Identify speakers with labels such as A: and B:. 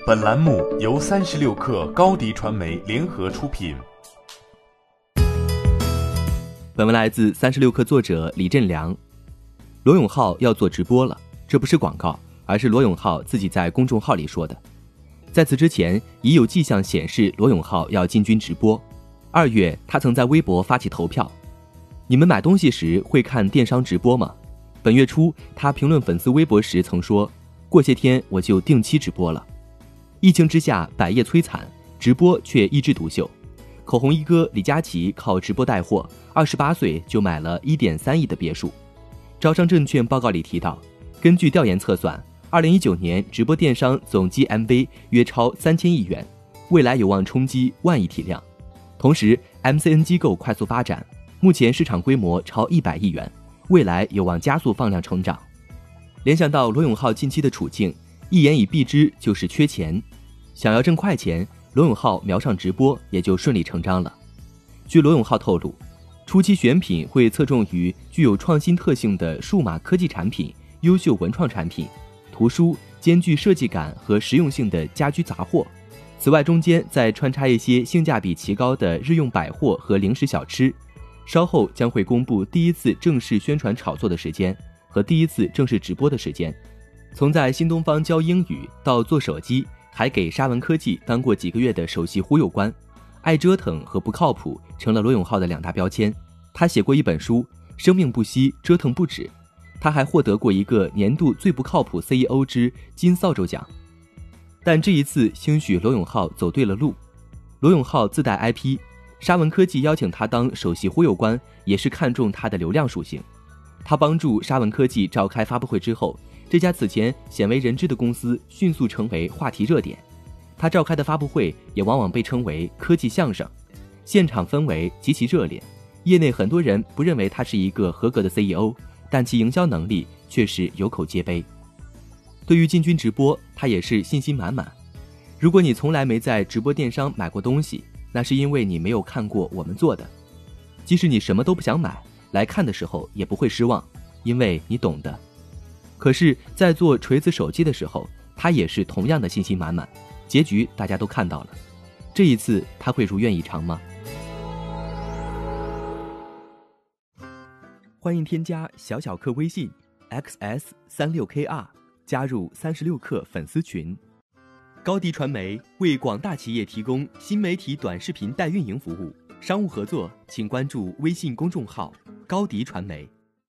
A: 本栏目由36氪高迪传媒联合出品。
B: 本文来自36氪作者李振良。罗永浩要做直播了，这不是广告，而是罗永浩自己在公众号里说的。在此之前，已有迹象显示罗永浩要进军直播。2月，他曾在微博发起投票：你们买东西时会看电商直播吗？本月初，他评论粉丝微博时曾说，过些天我就定期直播了。疫情之下，百业摧残，直播却一枝独秀。口红一哥李佳琦靠直播带货，28岁就买了1.3亿的别墅。招商证券报告里提到，根据调研测算，2019年直播电商总 GMV 约超3000亿元，未来有望冲击10000亿体量。同时 MCN 机构快速发展，目前市场规模超100亿元，未来有望加速放量成长。联想到罗永浩近期的处境，一言以蔽之就是缺钱。想要挣快钱，罗永浩瞄上直播也就顺理成章了。据罗永浩透露，初期选品会侧重于具有创新特性的数码科技产品、优秀文创产品、图书兼具设计感和实用性的家居杂货。此外，中间再穿插一些性价比奇高的日用百货和零食小吃。稍后将会公布第一次正式宣传炒作的时间和第一次正式直播的时间。从在新东方教英语到做手机，还给沙文科技当过几个月的首席忽悠官，爱折腾和不靠谱成了罗永浩的2大标签。他写过一本书《生命不息，折腾不止》，他还获得过一个年度最不靠谱 CEO 之金扫帚奖。但这一次兴许罗永浩走对了路。罗永浩自带 IP， 沙文科技邀请他当首席忽悠官，也是看中他的流量属性。他帮助沙文科技召开发布会之后，这家此前鲜为人知的公司迅速成为话题热点。他召开的发布会也往往被称为科技相声，现场氛围极其热烈，业内很多人不认为他是一个合格的 CEO， 但其营销能力却是有口皆碑。对于进军直播，他也是信心满满。如果你从来没在直播电商买过东西，那是因为你没有看过我们做的。即使你什么都不想买，来看的时候也不会失望，因为你懂的。可是在做锤子手机的时候，他也是同样的信心满满，结局大家都看到了。这一次他会如愿以偿吗？欢迎添加小小客微信 XS36KR， 加入36氪粉丝群。高迪传媒为广大企业提供新媒体短视频代运营服务，商务合作请关注微信公众号高迪传媒。